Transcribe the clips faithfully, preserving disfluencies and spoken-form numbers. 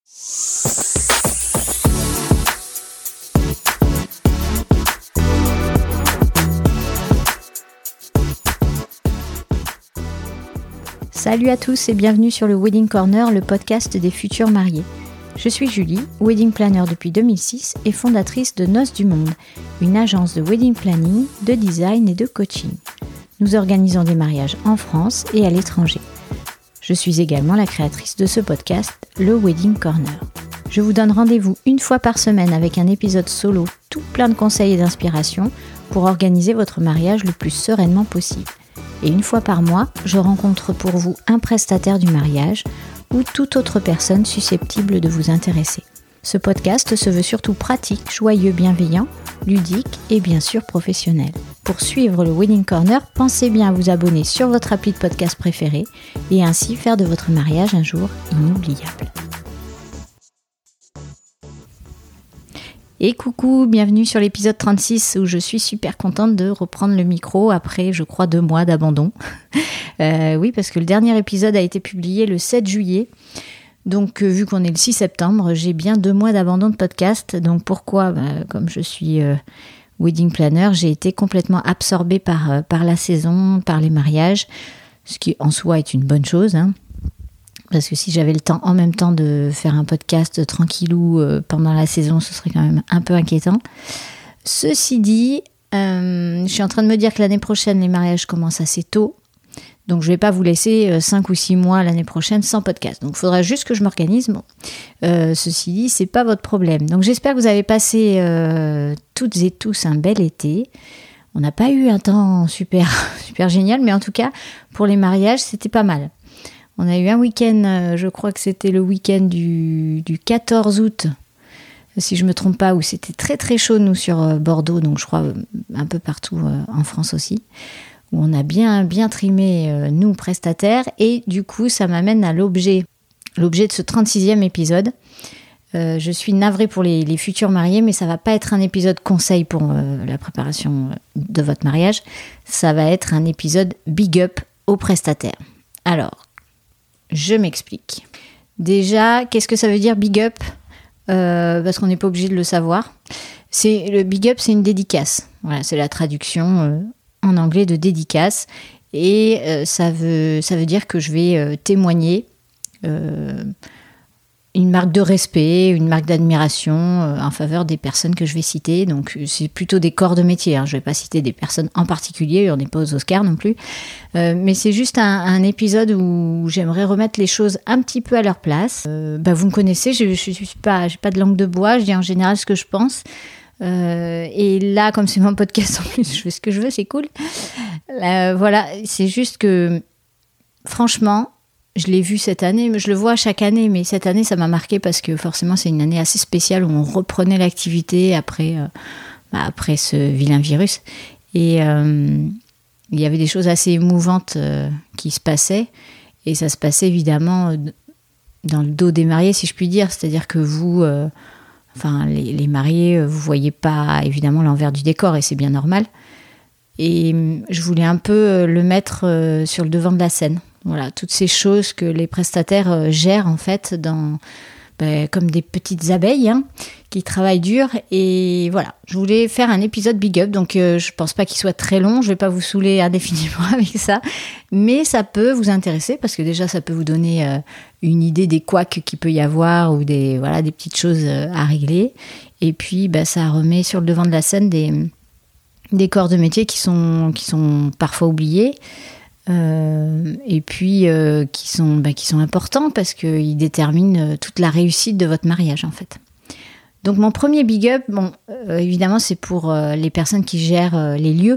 Salut à tous et bienvenue sur le Wedding Corner, le podcast des futurs mariés. Je suis Julie, wedding planner depuis deux mille six et fondatrice de Noces du Monde, une agence de wedding planning, de design et de coaching. Nous organisons des mariages en France et à l'étranger. Je suis également la créatrice de ce podcast, le Wedding Corner. Je vous donne rendez-vous une fois par semaine avec un épisode solo tout plein de conseils et d'inspiration pour organiser votre mariage le plus sereinement possible. Et une fois par mois, je rencontre pour vous un prestataire du mariage ou toute autre personne susceptible de vous intéresser. Ce podcast se veut surtout pratique, joyeux, bienveillant, ludique et bien sûr professionnel. Pour suivre le Wedding Corner, pensez bien à vous abonner sur votre appli de podcast préféré et ainsi faire de votre mariage un jour inoubliable. Et coucou, bienvenue sur l'épisode trente-six où je suis super contente de reprendre le micro après, je crois, deux mois d'abandon. euh, oui, parce que le dernier épisode a été publié le sept juillet. Donc, euh, vu qu'on est le six septembre, j'ai bien deux mois d'abandon de podcast. Donc, pourquoi bah, comme je suis euh, wedding planner, j'ai été complètement absorbée par, euh, par la saison, par les mariages, ce qui en soi est une bonne chose, hein. Parce que si j'avais le temps en même temps de faire un podcast tranquillou euh, pendant la saison, ce serait quand même un peu inquiétant. Ceci dit, euh, je suis en train de me dire que l'année prochaine, les mariages commencent assez tôt. Donc je ne vais pas vous laisser cinq ou six mois l'année prochaine sans podcast. Donc il faudra juste que je m'organise. Bon. Euh, ceci dit, ce n'est pas votre problème. Donc j'espère que vous avez passé euh, toutes et tous un bel été. On n'a pas eu un temps super, super génial, mais en tout cas, pour les mariages, c'était pas mal. On a eu un week-end, je crois que c'était le week-end du, du quatorze août, si je ne me trompe pas, où c'était très très chaud, nous, sur Bordeaux, donc je crois un peu partout en France aussi, où on a bien, bien trimé, nous, prestataires, et du coup, ça m'amène à l'objet, l'objet de ce trente-sixième épisode. Euh, je suis navrée pour les, les futurs mariés, mais ça ne va pas être un épisode conseil pour euh, la préparation de votre mariage, ça va être un épisode big up aux prestataires. Alors, je m'explique. Déjà, qu'est-ce que ça veut dire big up ? euh, Parce qu'on n'est pas obligé de le savoir. C'est, le big up, c'est une dédicace. Voilà, c'est la traduction euh, en anglais de dédicace. Et euh, ça, veut, ça veut dire que je vais euh, témoigner euh, une marque de respect, une marque d'admiration euh, en faveur des personnes que je vais citer. Donc, c'est plutôt des corps de métier, hein. Je ne vais pas citer des personnes en particulier, on n'est pas aux Oscars non plus. Euh, mais c'est juste un, un épisode où j'aimerais remettre les choses un petit peu à leur place. Euh, bah vous me connaissez, je ne suis pas, j'ai pas de langue de bois, je dis en général ce que je pense. Euh, et là, comme c'est mon podcast en plus, je fais ce que je veux, c'est cool. Euh, voilà, c'est juste que, franchement, je l'ai vu cette année, je le vois chaque année, mais cette année, ça m'a marqué parce que forcément, c'est une année assez spéciale où on reprenait l'activité après, euh, bah, après ce vilain virus. Et euh, il y avait des choses assez émouvantes euh, qui se passaient. Et ça se passait évidemment dans le dos des mariés, si je puis dire. C'est-à-dire que vous, euh, enfin, les, les mariés, vous ne voyez pas évidemment l'envers du décor et c'est bien normal. Et je voulais un peu le mettre euh, sur le devant de la scène. Voilà, toutes ces choses que les prestataires euh, gèrent en fait dans, ben, comme des petites abeilles hein, qui travaillent dur. Et voilà, je voulais faire un épisode big up, donc euh, je pense pas qu'il soit très long, je vais pas vous saouler indéfiniment avec ça, mais ça peut vous intéresser parce que déjà ça peut vous donner euh, une idée des couacs qu'il peut y avoir ou des, voilà, des petites choses euh, à régler. Et puis ben, ça remet sur le devant de la scène des, des corps de métier qui sont, qui sont parfois oubliés. Euh, et puis euh, qui sont, bah, qui sont importants parce qu'ils déterminent toute la réussite de votre mariage en fait. Donc mon premier big up, bon, euh, évidemment c'est pour euh, les personnes qui gèrent euh, les lieux.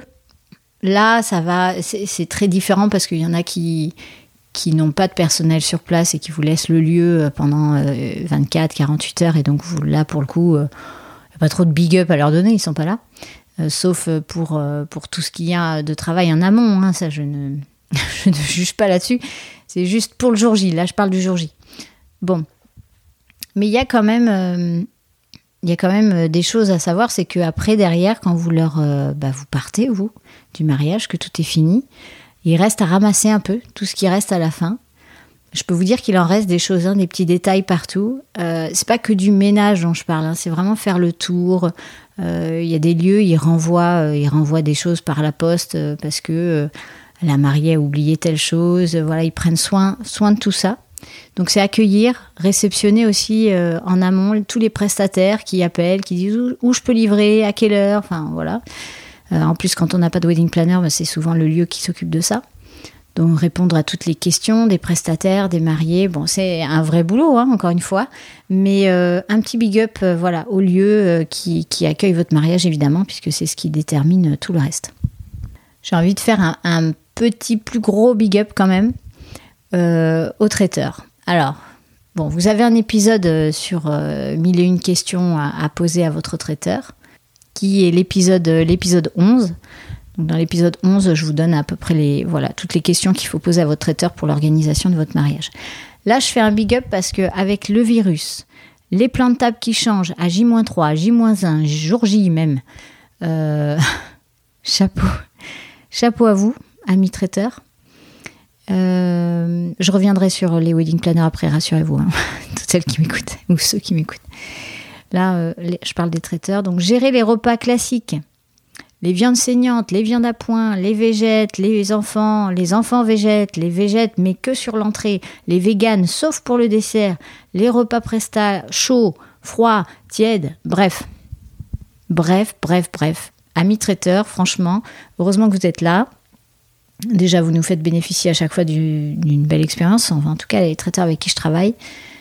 Là ça va, c'est, c'est très différent parce qu'il y en a qui, qui n'ont pas de personnel sur place et qui vous laissent le lieu pendant euh, vingt-quatre à quarante-huit heures et donc vous, là pour le coup, il euh, n'y a pas trop de big up à leur donner, ils ne sont pas là. Euh, sauf pour, euh, pour tout ce qu'il y a de travail en amont, hein, ça je ne... Je ne juge pas là-dessus, c'est juste pour le jour J, là je parle du jour J. Bon, mais il y a quand même, euh, il y a quand même des choses à savoir, c'est qu'après, derrière, quand vous leur, euh, bah, vous partez, vous, du mariage, que tout est fini, il reste à ramasser un peu, tout ce qui reste à la fin, je peux vous dire qu'il en reste des choses, hein, des petits détails partout. Euh, c'est pas que du ménage dont je parle, hein, c'est vraiment faire le tour. Il euh, y a des lieux, ils renvoient, euh, ils renvoient des choses par la poste euh, parce que euh, la mariée a oublié telle chose. Euh, voilà, ils prennent soin, soin de tout ça. Donc c'est accueillir, réceptionner aussi euh, en amont tous les prestataires qui appellent, qui disent où, où je peux livrer, à quelle heure, enfin voilà. Euh, en plus, quand on n'a pas de wedding planner, bah, c'est souvent le lieu qui s'occupe de ça. Donc répondre à toutes les questions des prestataires, des mariés. Bon, c'est un vrai boulot, hein, encore une fois. Mais euh, un petit big up euh, voilà, au lieu euh, qui, qui accueille votre mariage, évidemment, puisque c'est ce qui détermine tout le reste. J'ai envie de faire un, un petit plus gros big up quand même euh, au traiteur. Alors, bon, vous avez un épisode sur euh, mille et une questions à, à poser à votre traiteur, qui est l'épisode, l'épisode onze. Donc dans l'épisode onze, je vous donne à peu près les, voilà, toutes les questions qu'il faut poser à votre traiteur pour l'organisation de votre mariage. Là, je fais un big up parce qu'avec le virus, les plans de table qui changent à J moins trois, J moins un, jour J même, euh, chapeau, chapeau à vous, amis traiteurs. Euh, je reviendrai sur les wedding planners après, rassurez-vous, hein, toutes celles qui m'écoutent ou ceux qui m'écoutent. Là, euh, les, je parle des traiteurs. Donc, gérer les repas classiques. Les viandes saignantes, les viandes à point, les végètes, les enfants, les enfants végètes, les végètes, mais que sur l'entrée, les véganes, sauf pour le dessert, les repas presta, chauds, froids, tièdes, bref. Bref, bref, bref. Amis traiteurs, franchement, heureusement que vous êtes là. Déjà, vous nous faites bénéficier à chaque fois du, d'une belle expérience, enfin, en tout cas, les traiteurs avec qui je travaille.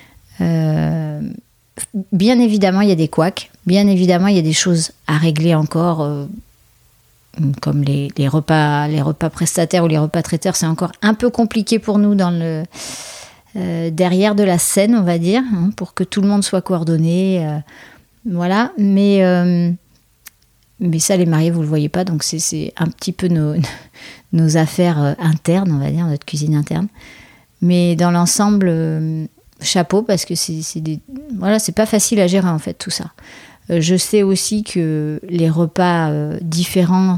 Euh, bien évidemment, il y a des couacs. Bien évidemment, il y a des choses à régler encore, euh, comme les, les repas les repas prestataires ou les repas traiteurs, c'est encore un peu compliqué pour nous dans le euh, derrière de la scène, on va dire, hein, pour que tout le monde soit coordonné, euh, voilà. Mais euh, mais ça, les mariés, vous le voyez pas, donc c'est c'est un petit peu nos nos affaires internes, on va dire, notre cuisine interne. Mais dans l'ensemble, euh, chapeau, parce que c'est c'est des, voilà, c'est pas facile à gérer en fait tout ça. Je sais aussi que les repas euh, différents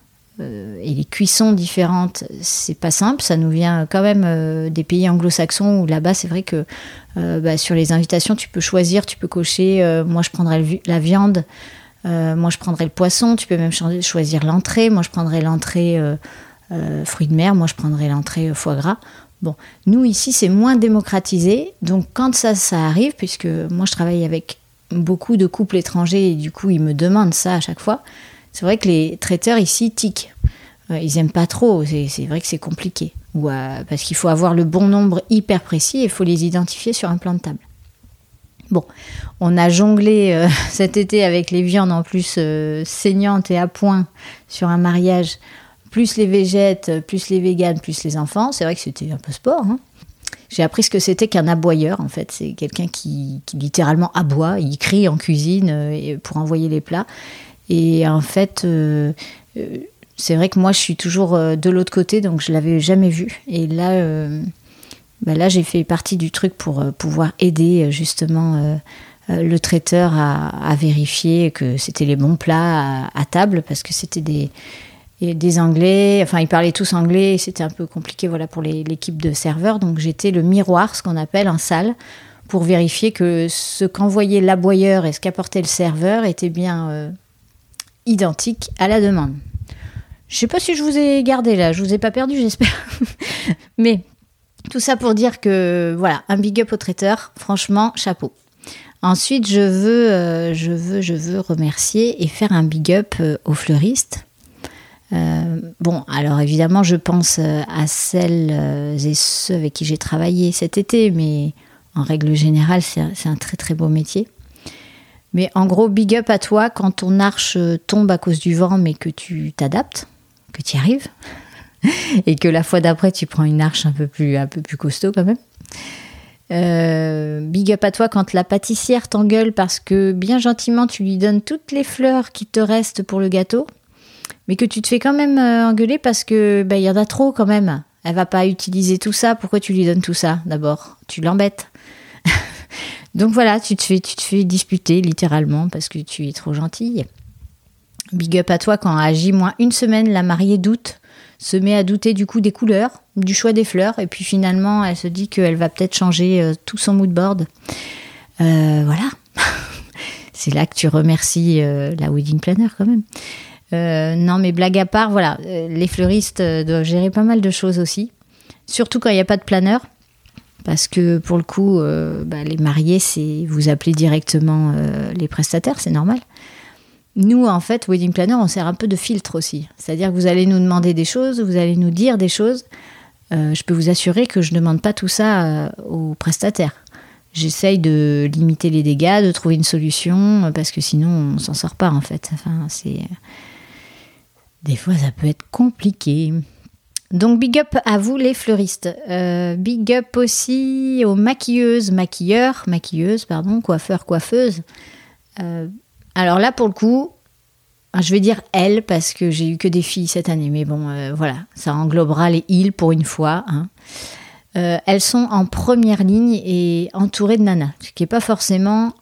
euh, et les cuissons différentes, c'est pas simple. Ça nous vient quand même euh, des pays anglo-saxons où là-bas, c'est vrai que euh, bah, sur les invitations, tu peux choisir, tu peux cocher. Euh, moi, je prendrais la viande. Euh, moi, je prendrais le poisson. Tu peux même choisir l'entrée. Moi, je prendrais l'entrée euh, euh, fruits de mer. Moi, je prendrais l'entrée euh, foie gras. Bon, nous, ici, c'est moins démocratisé. Donc, quand ça, ça arrive, puisque moi, je travaille avec beaucoup de couples étrangers et du coup ils me demandent ça à chaque fois, c'est vrai que les traiteurs ici tiquent, euh, ils aiment pas trop, c'est, c'est vrai que c'est compliqué, ou euh, parce qu'il faut avoir le bon nombre hyper précis et il faut les identifier sur un plan de table. Bon, on a jonglé euh, cet été avec les viandes en plus euh, saignantes et à point sur un mariage, plus les végètes, plus les véganes, plus les enfants, c'est vrai que c'était un peu sport, hein. J'ai appris ce que c'était qu'un aboyeur, en fait. C'est quelqu'un qui, qui littéralement aboie, il crie en cuisine euh, pour envoyer les plats. Et en fait, euh, euh, c'est vrai que moi, je suis toujours euh, de l'autre côté, donc je ne l'avais jamais vu. Et là, euh, bah là, j'ai fait partie du truc pour euh, pouvoir aider justement euh, euh, le traiteur à, à vérifier que c'était les bons plats à, à table, parce que c'était des... Et des Anglais, enfin ils parlaient tous anglais, et c'était un peu compliqué voilà, pour les, l'équipe de serveurs, donc j'étais le miroir, ce qu'on appelle en salle, pour vérifier que ce qu'envoyait l'aboyeur et ce qu'apportait le serveur était bien euh, identique à la demande. Je ne sais pas si je vous ai gardé là, je ne vous ai pas perdu, j'espère. Mais tout ça pour dire que voilà, un big up au traiteur, franchement, chapeau. Ensuite, je veux, euh, je veux, je veux remercier et faire un big up euh, aux fleuristes. Euh, bon, alors évidemment, je pense à celles et ceux avec qui j'ai travaillé cet été, mais en règle générale, c'est un, c'est un très très beau métier. Mais en gros, big up à toi quand ton arche tombe à cause du vent, mais que tu t'adaptes, que tu y arrives, et que la fois d'après, tu prends une arche un peu plus, un peu plus costaud quand même. Euh, big up à toi quand la pâtissière t'engueule parce que bien gentiment, tu lui donnes toutes les fleurs qui te restent pour le gâteau, mais que tu te fais quand même euh, engueuler parce que bah, y en a trop quand même. Elle va pas utiliser tout ça. Pourquoi tu lui donnes tout ça d'abord ? Tu l'embêtes. Donc voilà, tu te fais, tu te fais disputer littéralement parce que tu es trop gentille. Big up à toi quand à J moins une semaine, la mariée doute se met à douter du coup des couleurs, du choix des fleurs, et puis finalement elle se dit qu'elle va peut-être changer euh, tout son mood board. Euh, voilà. C'est là que tu remercies euh, la wedding planner quand même. Euh, non mais blague à part, voilà, euh, les fleuristes euh, doivent gérer pas mal de choses aussi, surtout quand il n'y a pas de planeur, parce que pour le coup, euh, bah, les mariés, c'est vous appelez directement euh, les prestataires, c'est normal. Nous, en fait, wedding planner, on sert un peu de filtre aussi. C'est-à-dire que vous allez nous demander des choses, vous allez nous dire des choses. Euh, je peux vous assurer que je ne demande pas tout ça euh, aux prestataires. J'essaye de limiter les dégâts, de trouver une solution, parce que sinon, on ne s'en sort pas, en fait. Enfin, c'est... Des fois, ça peut être compliqué. Donc, big up à vous, les fleuristes. Euh, big up aussi aux maquilleuses, maquilleurs, maquilleuses, pardon, coiffeurs, coiffeuses. Euh, Alors là, pour le coup, je vais dire elles parce que j'ai eu que des filles cette année. Mais bon, euh, voilà, ça englobera les ils pour une fois. Hein. Euh, elles sont en première ligne et entourées de nanas, ce qui n'est pas forcément...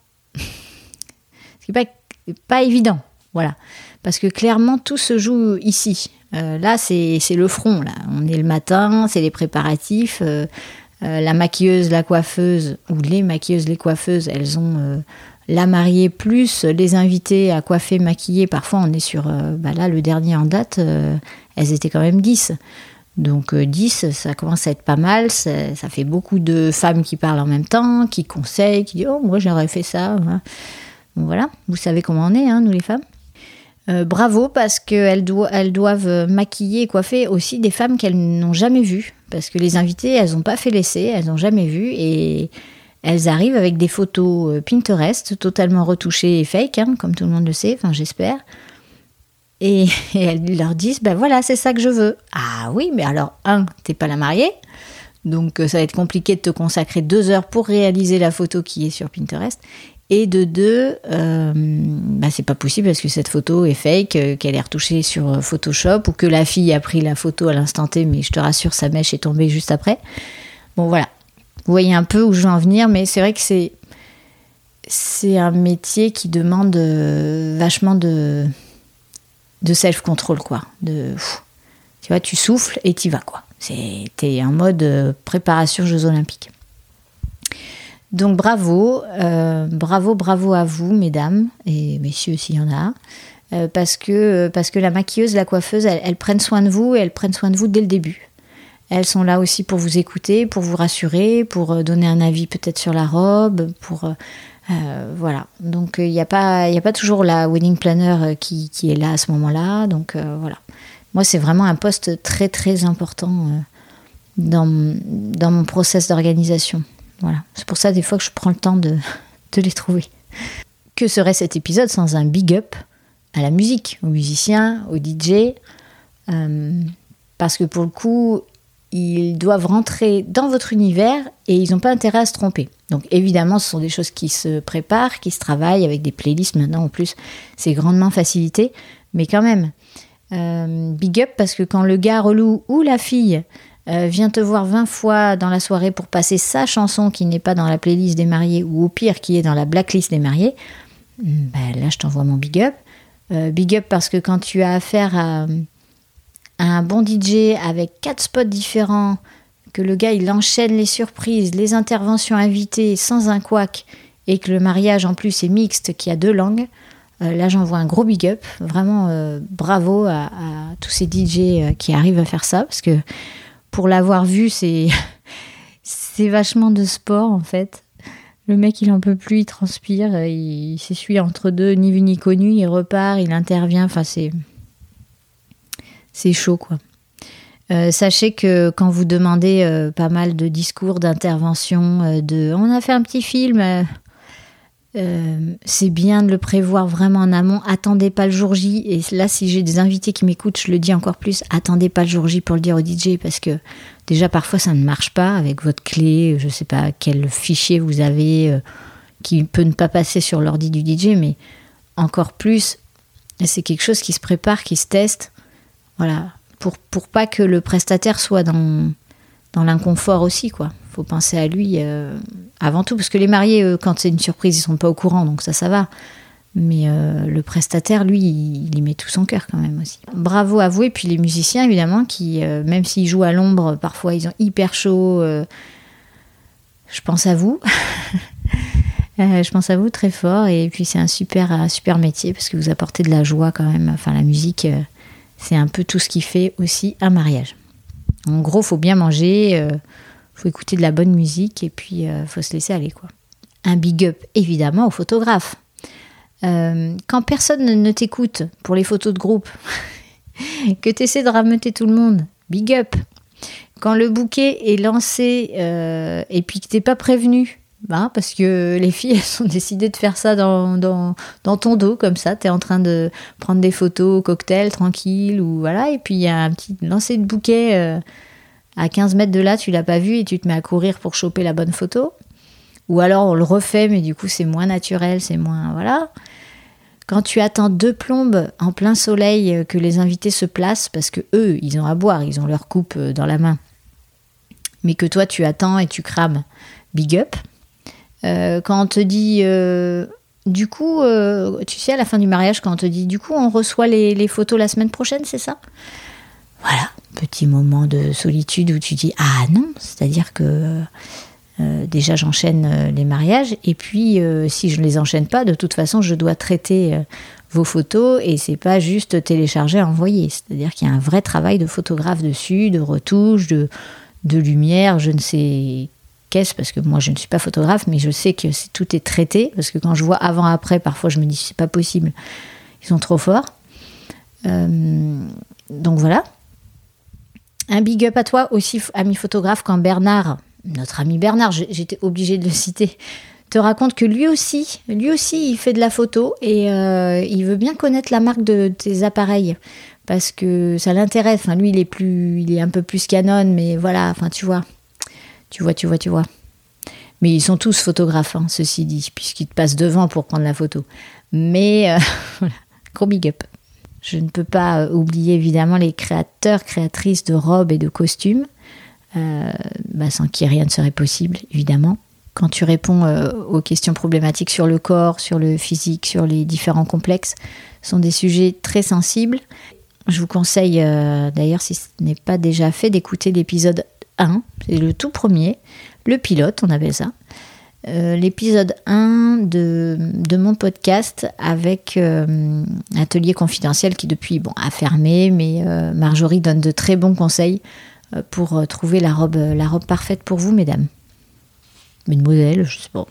ce qui n'est pas, pas évident, voilà. Parce que clairement, tout se joue ici. Euh, là, c'est, c'est le front, là. On est le matin, c'est les préparatifs. Euh, euh, la maquilleuse, la coiffeuse, ou les maquilleuses, les coiffeuses, elles ont... Euh, la mariée plus les invités à coiffer, maquiller. Parfois, on est sur... Euh, bah là, le dernier en date, euh, elles étaient quand même dix. Donc, euh, dix, ça commence à être pas mal. Ça, ça fait beaucoup de femmes qui parlent en même temps, qui conseillent, qui disent « Oh, moi, j'aurais fait ça. » Donc, voilà, vous savez comment on est, hein, nous les femmes. Euh, bravo, parce qu'elles do- elles doivent maquiller et coiffer aussi des femmes qu'elles n'ont jamais vues. Parce que les invitées, elles n'ont pas fait l'essai, elles n'ont jamais vu. Et... elles arrivent avec des photos Pinterest totalement retouchées et fake, hein, comme tout le monde le sait, enfin j'espère. Et, et elles leur disent, ben voilà, c'est ça que je veux. Ah oui, mais alors, un, t'es pas la mariée, donc ça va être compliqué de te consacrer deux heures pour réaliser la photo qui est sur Pinterest. Et de deux, euh, ben c'est pas possible parce que cette photo est fake, euh, qu'elle est retouchée sur Photoshop, ou que la fille a pris la photo à l'instant T, mais je te rassure, sa mèche est tombée juste après. Bon voilà. Vous voyez un peu où je veux en venir, mais c'est vrai que c'est, c'est un métier qui demande euh, vachement de, de self-control, quoi. De, pff, tu vois, tu souffles et t'y vas, quoi. C'est, t'es en mode euh, préparation Jeux Olympiques. Donc bravo, euh, bravo, bravo à vous, mesdames, et messieurs s'il y en a, euh, parce, que, parce que la maquilleuse, la coiffeuse, elles, elles prennent soin de vous, et elles prennent soin de vous dès le début. Elles sont là aussi pour vous écouter, pour vous rassurer, pour donner un avis peut-être sur la robe, pour euh, voilà. Donc il euh, n'y a pas, il y a pas toujours la wedding planner qui, qui est là à ce moment-là. Donc euh, voilà. Moi c'est vraiment un poste très très important euh, dans dans mon process d'organisation. Voilà. C'est pour ça des fois que je prends le temps de de les trouver. Que serait cet épisode sans un big up à la musique, aux musiciens, aux D J, euh, parce que pour le coup ils doivent rentrer dans votre univers et ils n'ont pas intérêt à se tromper. Donc évidemment, ce sont des choses qui se préparent, qui se travaillent avec des playlists maintenant en plus. C'est grandement facilité, mais quand même, euh, big up parce que quand le gars relou ou la fille euh, vient te voir vingt fois dans la soirée pour passer sa chanson qui n'est pas dans la playlist des mariés ou au pire qui est dans la blacklist des mariés, ben là je t'envoie mon big up. Euh, big up parce que quand tu as affaire à... un bon D J avec quatre spots différents, que le gars il enchaîne les surprises, les interventions invitées sans un couac, et que le mariage en plus est mixte, qui a deux langues, euh, là j'envoie un gros big up, vraiment euh, bravo à, à tous ces D J euh, qui arrivent à faire ça, parce que pour l'avoir vu, c'est, c'est vachement de sport en fait. Le mec il en peut plus, il transpire, il, il s'essuie entre deux, ni vu ni connu, il repart, il intervient, enfin c'est... c'est chaud, quoi. Euh, sachez que quand vous demandez euh, pas mal de discours, d'interventions, euh, de « on a fait un petit film euh, », euh, c'est bien de le prévoir vraiment en amont. Attendez pas le jour J. Et là, si j'ai des invités qui m'écoutent, je le dis encore plus, attendez pas le jour J pour le dire au D J, parce que déjà, parfois, ça ne marche pas avec votre clé. Je sais pas quel fichier vous avez euh, qui peut ne pas passer sur l'ordi du D J, mais encore plus, c'est quelque chose qui se prépare, qui se teste. Voilà, pour, pour pas que le prestataire soit dans, dans l'inconfort aussi, quoi. Faut penser à lui euh, avant tout, parce que les mariés, eux, quand c'est une surprise, ils sont pas au courant, donc ça, ça va. Mais euh, le prestataire, lui, il, il y met tout son cœur quand même aussi. Bravo à vous, et puis les musiciens, évidemment, qui, euh, même s'ils jouent à l'ombre, parfois ils ont hyper chaud. Euh, je pense à vous. euh, je pense à vous très fort, et puis c'est un super, un super métier, parce que vous apportez de la joie quand même. Enfin, la musique, euh, c'est un peu tout ce qui fait aussi un mariage. En gros, faut bien manger, euh, faut écouter de la bonne musique, et puis euh, faut se laisser aller, quoi. Un big up, évidemment, aux photographes. Euh, quand personne ne t'écoute pour les photos de groupe, que tu essaies de rameuter tout le monde, big up. Quand le bouquet est lancé euh, et puis que tu n'es pas prévenu, bah, parce que les filles elles ont décidé de faire ça dans, dans, dans ton dos, comme ça, tu es en train de prendre des photos au cocktail, tranquille, ou voilà, et puis il y a un petit lancer de bouquet euh, à quinze mètres de là, tu l'as pas vu et tu te mets à courir pour choper la bonne photo. Ou alors on le refait, mais du coup c'est moins naturel, c'est moins... Voilà. Quand tu attends deux plombes en plein soleil que les invités se placent, parce que eux, ils ont à boire, ils ont leur coupe dans la main, mais que toi tu attends et tu crames, big up. Euh, quand on te dit... Euh, du coup, euh, tu sais, à la fin du mariage, quand on te dit, du coup, on reçoit les, les photos la semaine prochaine, c'est ça ? Voilà, petit moment de solitude où tu dis, ah non, c'est-à-dire que... Euh, déjà j'enchaîne euh, les mariages, et puis euh, si je ne les enchaîne pas, de toute façon je dois traiter euh, vos photos, et c'est pas juste télécharger et envoyer, c'est-à-dire qu'il y a un vrai travail de photographe dessus, de retouche, de, de lumière, je ne sais qu'est-ce, parce que moi je ne suis pas photographe, mais je sais que c'est, tout est traité, parce que quand je vois avant-après, parfois je me dis c'est pas possible, ils sont trop forts. Euh, donc voilà. Un big up à toi aussi, ami photographe, quand Bernard, notre ami Bernard, j'étais obligée de le citer, te raconte que lui aussi, lui aussi, il fait de la photo, et euh, il veut bien connaître la marque de tes appareils, parce que ça l'intéresse. Enfin, lui, il est plus, il est un peu plus Canon, mais voilà, enfin, tu vois, tu vois, tu vois, tu vois. Mais ils sont tous photographes, hein, ceci dit, puisqu'ils te passent devant pour prendre la photo. Mais euh, voilà, gros big up. Je ne peux pas oublier évidemment les créateurs, créatrices de robes et de costumes. Euh, bah sans qui rien ne serait possible, évidemment. Quand tu réponds euh, aux questions problématiques sur le corps, sur le physique, sur les différents complexes, ce sont des sujets très sensibles. Je vous conseille, euh, d'ailleurs, si ce n'est pas déjà fait, d'écouter l'épisode un, c'est le tout premier, le pilote, on appelle ça. Euh, l'épisode un de, de mon podcast avec euh, Atelier Confidentiel, qui depuis bon, a fermé, mais euh, Marjorie donne de très bons conseils pour trouver la robe, la robe parfaite pour vous, mesdames. Mademoiselle, je sais pas.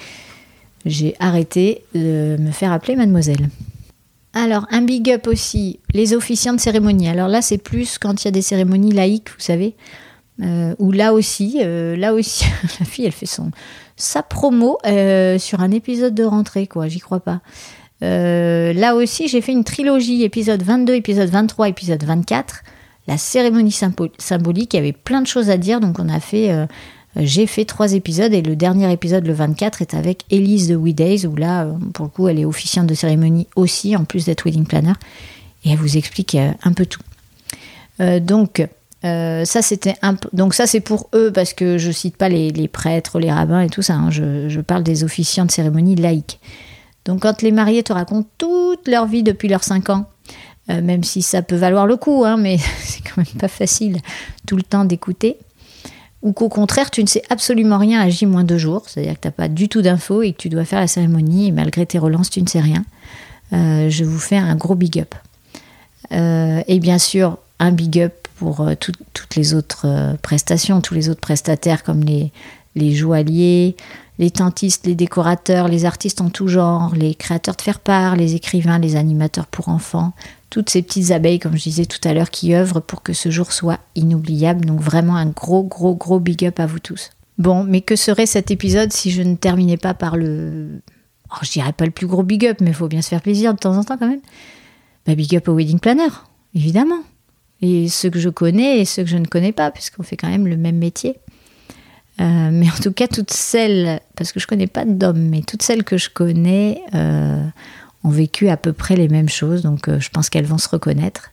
J'ai arrêté de me faire appeler mademoiselle. Alors, un big up aussi, les officiants de cérémonie. Alors là, c'est plus quand il y a des cérémonies laïques, vous savez, euh, où là aussi, euh, là aussi, la fille, elle fait son, sa promo euh, sur un épisode de rentrée, quoi, j'y crois pas. Euh, là aussi, j'ai fait une trilogie, épisode vingt-deux, épisode vingt-trois, épisode vingt-quatre. La cérémonie symbolique, il y avait plein de choses à dire, donc on a fait, euh, j'ai fait trois épisodes, et le dernier épisode, le vingt-quatre, est avec Élise de We Days, où là, pour le coup, elle est officiante de cérémonie aussi, en plus d'être wedding planner, et elle vous explique euh, un peu tout. Euh, donc, euh, ça c'était un peu, donc ça c'est pour eux, parce que je cite pas les, les prêtres, les rabbins et tout ça, hein, je, je parle des officiants de cérémonie laïques. Donc quand les mariés te racontent toute leur vie depuis leurs cinq ans, Euh, même si ça peut valoir le coup, hein, mais c'est quand même pas facile tout le temps d'écouter, ou qu'au contraire tu ne sais absolument rien à J moins deux jours, c'est-à-dire que tu n'as pas du tout d'infos et que tu dois faire la cérémonie, et malgré tes relances tu ne sais rien. Euh, je vous fais un gros big up. Euh, et bien sûr un big up pour euh, tout, toutes les autres euh, prestations, tous les autres prestataires, comme les, les joailliers, les tentistes, les décorateurs, les artistes en tout genre, les créateurs de faire-part, les écrivains, les animateurs pour enfants, toutes ces petites abeilles, comme je disais tout à l'heure, qui œuvrent pour que ce jour soit inoubliable. Donc vraiment un gros, gros, gros big up à vous tous. Bon, mais que serait cet épisode si je ne terminais pas par le... Oh, je dirais pas le plus gros big up, mais il faut bien se faire plaisir de temps en temps quand même. Bah, big up au wedding planner, évidemment. Et ceux que je connais et ceux que je ne connais pas, puisqu'on fait quand même le même métier. Euh, mais en tout cas, toutes celles, parce que je connais pas d'hommes, mais toutes celles que je connais euh, ont vécu à peu près les mêmes choses, donc euh, je pense qu'elles vont se reconnaître.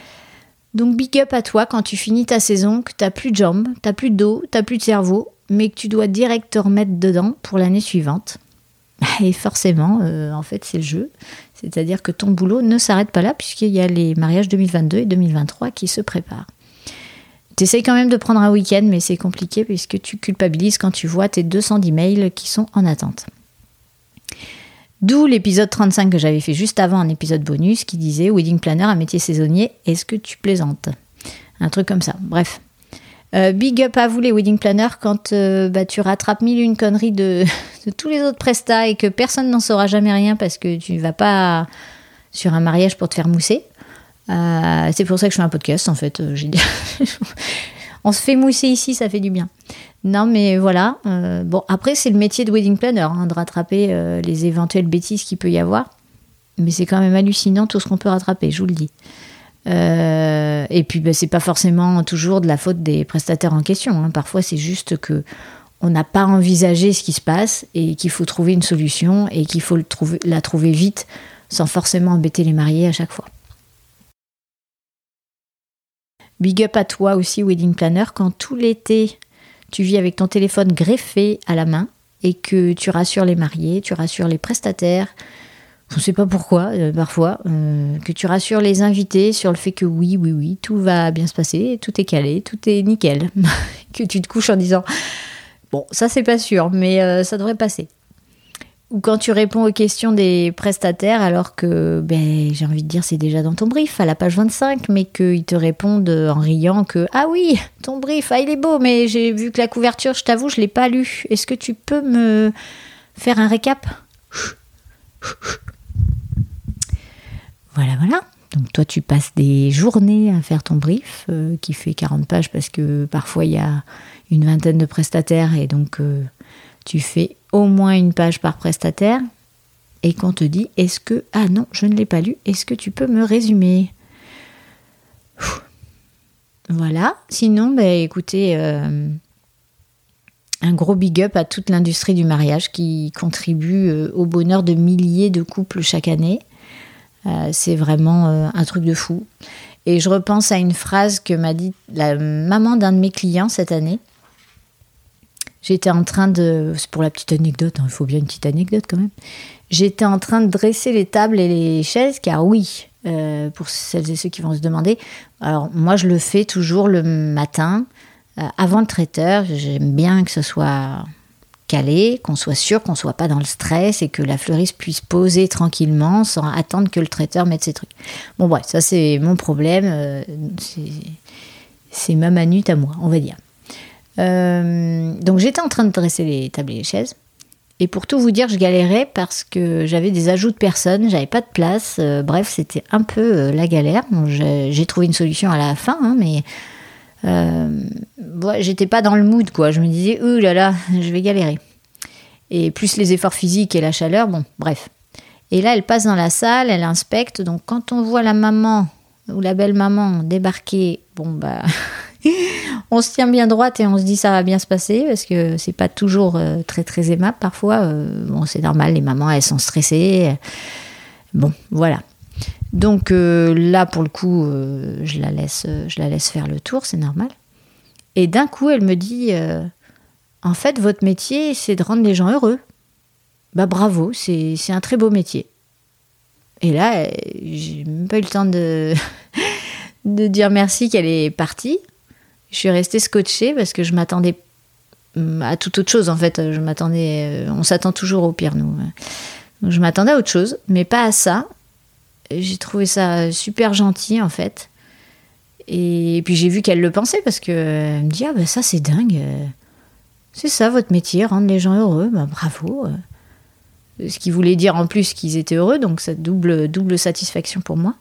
Donc big up à toi quand tu finis ta saison, que t'as plus de jambes, t'as plus de dos, t'as plus de cerveau, mais que tu dois direct te remettre dedans pour l'année suivante. Et forcément, euh, en fait, c'est le jeu. C'est-à-dire que ton boulot ne s'arrête pas là, puisqu'il y a les mariages deux mille vingt-deux et deux mille vingt-trois qui se préparent. Tu essayes quand même de prendre un week-end, mais c'est compliqué puisque tu culpabilises quand tu vois tes deux cents emails qui sont en attente. D'où l'épisode trente-cinq que j'avais fait juste avant, un épisode bonus qui disait « Wedding planner, un métier saisonnier, est-ce que tu plaisantes ?» Un truc comme ça, bref. Euh, big up à vous les wedding planners quand euh, bah, tu rattrapes mille une conneries de, de tous les autres prestats et que personne n'en saura jamais rien parce que tu ne vas pas sur un mariage pour te faire mousser. Euh, c'est pour ça que je fais un podcast en fait. J'ai dit... On se fait mousser ici, ça fait du bien. Non mais voilà. Euh, bon après c'est le métier de wedding planner hein, de rattraper euh, les éventuelles bêtises qu'il peut y avoir. Mais c'est quand même hallucinant tout ce qu'on peut rattraper, je vous le dis. Euh, et puis bah, c'est pas forcément toujours de la faute des prestataires en question. Hein. Parfois c'est juste que on n'a pas envisagé ce qui se passe et qu'il faut trouver une solution et qu'il faut le trouver, la trouver vite sans forcément embêter les mariés à chaque fois. Big up à toi aussi, wedding planner, quand tout l'été, tu vis avec ton téléphone greffé à la main et que tu rassures les mariés, tu rassures les prestataires, on ne sait pas pourquoi, euh, parfois, euh, que tu rassures les invités sur le fait que oui, oui, oui, tout va bien se passer, tout est calé, tout est nickel. Que tu te couches en disant, bon, ça c'est pas sûr, mais euh, ça devrait passer. Ou quand tu réponds aux questions des prestataires alors que, ben, j'ai envie de dire, c'est déjà dans ton brief, à la page vingt-cinq, mais qu'ils te répondent en riant que « Ah oui, ton brief, ah, il est beau, mais j'ai vu que la couverture, je t'avoue, je ne l'ai pas lu. Est-ce que tu peux me faire un récap ?» Voilà, voilà. Donc toi, tu passes des journées à faire ton brief, euh, qui fait quarante pages, parce que parfois, il y a une vingtaine de prestataires, et donc euh, tu fais au moins une page par prestataire, et qu'on te dit, est-ce que... Ah non, je ne l'ai pas lu, est-ce que tu peux me résumer ? Voilà. Sinon, bah, écoutez, euh, un gros big up à toute l'industrie du mariage qui contribue euh, au bonheur de milliers de couples chaque année. Euh, c'est vraiment euh, un truc de fou. Et je repense à une phrase que m'a dit la maman d'un de mes clients cette année. J'étais en train de... C'est pour la petite anecdote, hein, il faut bien une petite anecdote quand même. J'étais en train de dresser les tables et les chaises, car oui, euh, pour celles et ceux qui vont se demander, alors moi je le fais toujours le matin, euh, avant le traiteur. J'aime bien que ce soit calé, qu'on soit sûr qu'on ne soit pas dans le stress et que la fleuriste puisse poser tranquillement sans attendre que le traiteur mette ses trucs. Bon bref, ça c'est mon problème, euh, c'est, c'est ma manute à moi, on va dire. Euh, donc j'étais en train de dresser les tables et les chaises, et pour tout vous dire, je galérais parce que j'avais des ajouts de personnes, j'avais pas de place, euh, bref, c'était un peu euh, la galère. Bon, j'ai, j'ai trouvé une solution à la fin, hein, mais euh, ouais, j'étais pas dans le mood, quoi. Je me disais, ouh là là, je vais galérer. Et plus les efforts physiques et la chaleur, bon, bref. Et là, elle passe dans la salle, elle inspecte, donc quand on voit la maman ou la belle-maman débarquer, bon bah... on se tient bien droite et on se dit ça va bien se passer, parce que c'est pas toujours euh, très très aimable parfois. Euh, bon, c'est normal, les mamans elles sont stressées. Bon, voilà. Donc euh, là pour le coup, euh, je la laisse, euh, je la laisse faire le tour, c'est normal. Et d'un coup, elle me dit, euh, en fait, votre métier, c'est de rendre les gens heureux. Bah bravo, c'est c'est un très beau métier. Et là, euh, j'ai même pas eu le temps de de dire merci qu'elle est partie. Je suis restée scotchée parce que je m'attendais à toute autre chose en fait. Je m'attendais, on s'attend toujours au pire nous. Donc je m'attendais à autre chose, mais pas à ça. J'ai trouvé ça super gentil en fait. Et puis j'ai vu qu'elle le pensait parce que elle me dit ah bah ça c'est dingue. C'est ça votre métier, rendre les gens heureux. Bah bravo. Ce qui voulait dire en plus qu'ils étaient heureux, donc ça double double satisfaction pour moi.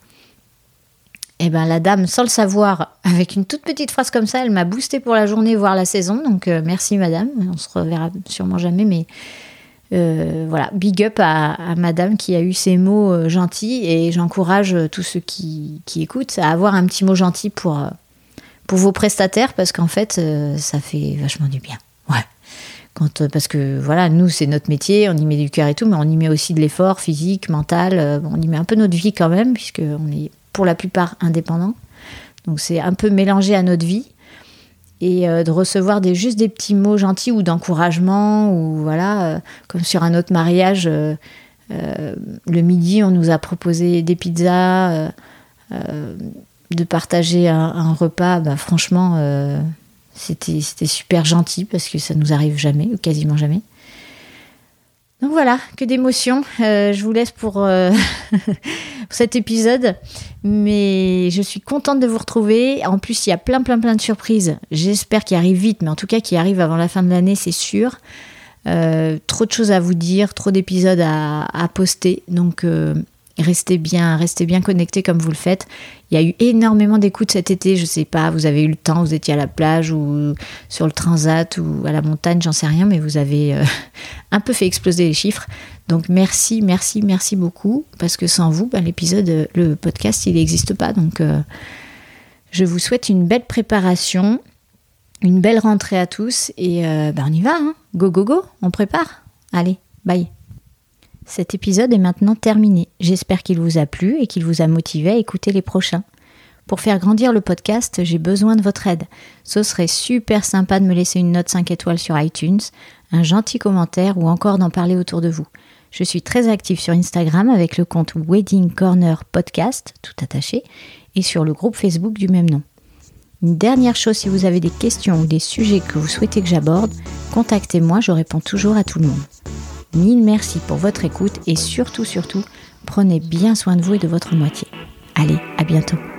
Et ben la dame, sans le savoir, avec une toute petite phrase comme ça, elle m'a boosté pour la journée, voire la saison. Donc euh, merci madame, on se reverra sûrement jamais, mais euh, voilà, big up à, à madame qui a eu ces mots euh, gentils, et j'encourage euh, tous ceux qui, qui écoutent à avoir un petit mot gentil pour, euh, pour vos prestataires, parce qu'en fait, euh, ça fait vachement du bien. Ouais. Quand, euh, parce que voilà, nous c'est notre métier, on y met du cœur et tout, mais on y met aussi de l'effort physique, mental, euh, on y met un peu notre vie quand même, puisqu'on est pour la plupart indépendants. Donc c'est un peu mélangé à notre vie. Et euh, de recevoir des, juste des petits mots gentils ou d'encouragement, ou voilà, euh, comme sur un autre mariage, euh, euh, le midi, on nous a proposé des pizzas, euh, euh, de partager un, un repas. Bah, franchement, euh, c'était, c'était super gentil parce que ça nous arrive jamais, ou quasiment jamais. Donc voilà, que d'émotions. Euh, je vous laisse pour, euh, pour cet épisode. Mais je suis contente de vous retrouver. En plus, il y a plein, plein, plein de surprises. J'espère qu'ils arrivent vite, mais en tout cas, qu'ils arrivent avant la fin de l'année, c'est sûr. Euh, trop de choses à vous dire, trop d'épisodes à, à poster. Donc, euh, restez bien, restez bien connectés comme vous le faites. Il y a eu énormément d'écoutes cet été. Je sais pas, vous avez eu le temps, vous étiez à la plage ou sur le transat ou à la montagne, j'en sais rien, mais vous avez euh, un peu fait exploser les chiffres. Donc merci, merci, merci beaucoup, parce que sans vous, ben, l'épisode, le podcast, il n'existe pas. Donc euh, je vous souhaite une belle préparation, une belle rentrée à tous, et euh, ben, on y va, hein. Go, go, go, on prépare. Allez, bye. Cet épisode est maintenant terminé. J'espère qu'il vous a plu et qu'il vous a motivé à écouter les prochains. Pour faire grandir le podcast, j'ai besoin de votre aide. Ce serait super sympa de me laisser une note cinq étoiles sur iTunes, un gentil commentaire ou encore d'en parler autour de vous. Je suis très active sur Instagram avec le compte Wedding Corner Podcast, tout attaché, et sur le groupe Facebook du même nom. Une dernière chose, si vous avez des questions ou des sujets que vous souhaitez que j'aborde, contactez-moi, je réponds toujours à tout le monde. Mille merci pour votre écoute et surtout, surtout, prenez bien soin de vous et de votre moitié. Allez, à bientôt.